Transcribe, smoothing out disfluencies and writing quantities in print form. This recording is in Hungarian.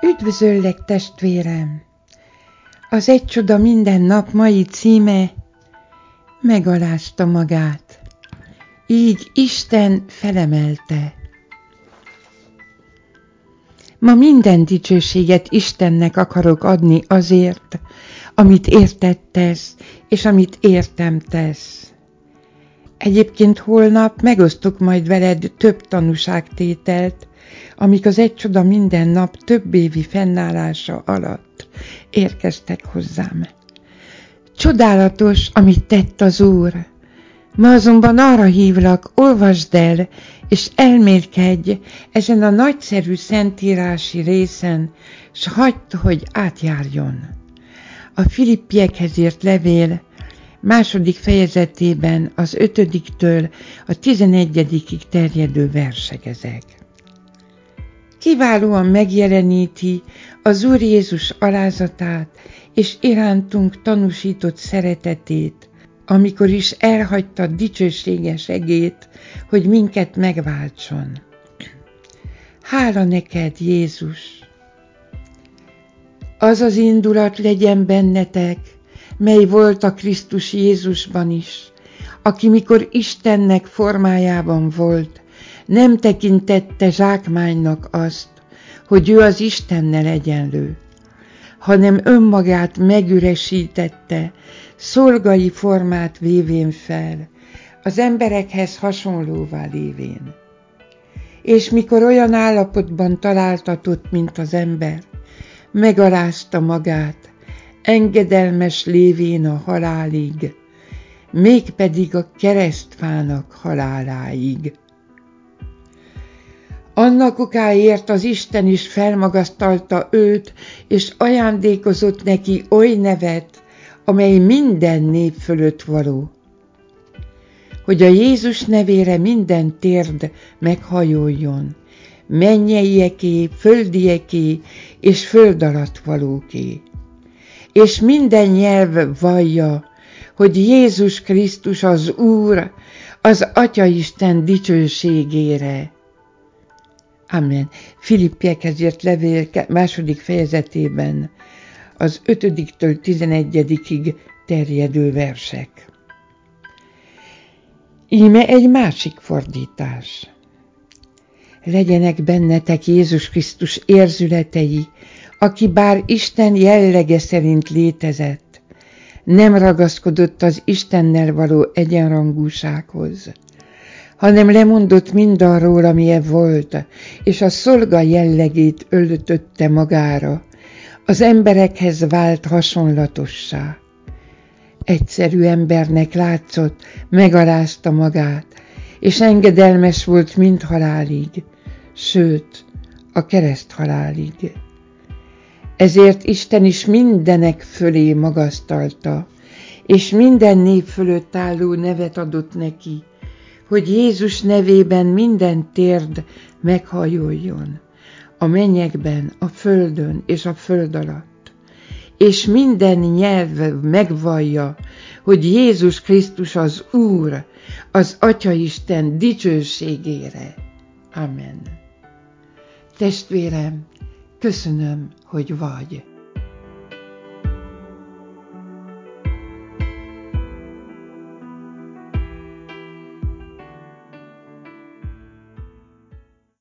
Üdvözöllek, testvérem! Az Egy csoda minden nap mai címe: megalázta magát. Így Isten felemelte. Ma minden dicsőséget Istennek akarok adni azért, amit érted tesz, és amit értem tesz. Egyébként holnap megosztok majd veled több tanúságtételt, amik az Egy csoda minden nap több évi fennállása alatt érkeztek hozzám. Csodálatos, amit tett az Úr. Ma azonban arra hívlak, olvasd el, és elmélkedj ezen a nagyszerű szentírási részen, s hagyd, hogy átjárjon. A Filippiekhez írt levél második fejezetében az 5-től a 11-ig terjedő versek ezek. Kiválóan megjeleníti az Úr Jézus alázatát és irántunk tanúsított szeretetét, amikor is elhagyta dicsőséges egét, hogy minket megváltson. Hála neked, Jézus! Az az indulat legyen bennetek, mely volt a Krisztus Jézusban is, aki mikor Istennek formájában volt, nem tekintette zsákmánynak azt, hogy ő az Istennel egyenlő, hanem önmagát megüresítette, szolgai formát vévén fel, az emberekhez hasonlóvá lévén. És mikor olyan állapotban találtatott, mint az ember, megalázta magát, engedelmes lévén a halálig, mégpedig a keresztfának haláláig. Annak okáért az Isten is felmagasztalta őt, és ajándékozott neki oly nevet, amely minden név fölött való, hogy a Jézus nevére minden térd meghajoljon, mennyeieké, földieké és föld alatt valóké, és minden nyelv vallja, hogy Jézus Krisztus az Úr, az Atyaisten dicsőségére. Amen. Filippiekhez írt levél második fejezetében az 5-től 11-ig terjedő versek. Íme egy másik fordítás. Legyenek bennetek Jézus Krisztus érzületei, aki bár Isten jellege szerint létezett, nem ragaszkodott az Istennel való egyenrangúsághoz, hanem lemondott mindarról, amilyen volt, és a szolga jellegét öltötte magára, az emberekhez vált hasonlatossá. Egyszerű embernek látszott, megalázta magát, és engedelmes volt mind halálig, sőt, a kereszthalálig. Ezért Isten is mindenek fölé magasztalta, és minden név fölött álló nevet adott neki, hogy Jézus nevében minden térd meghajoljon, a mennyekben, a földön és a föld alatt, és minden nyelv megvallja, hogy Jézus Krisztus az Úr, az Atyaisten dicsőségére. Amen. Testvérem, köszönöm, hogy vagy.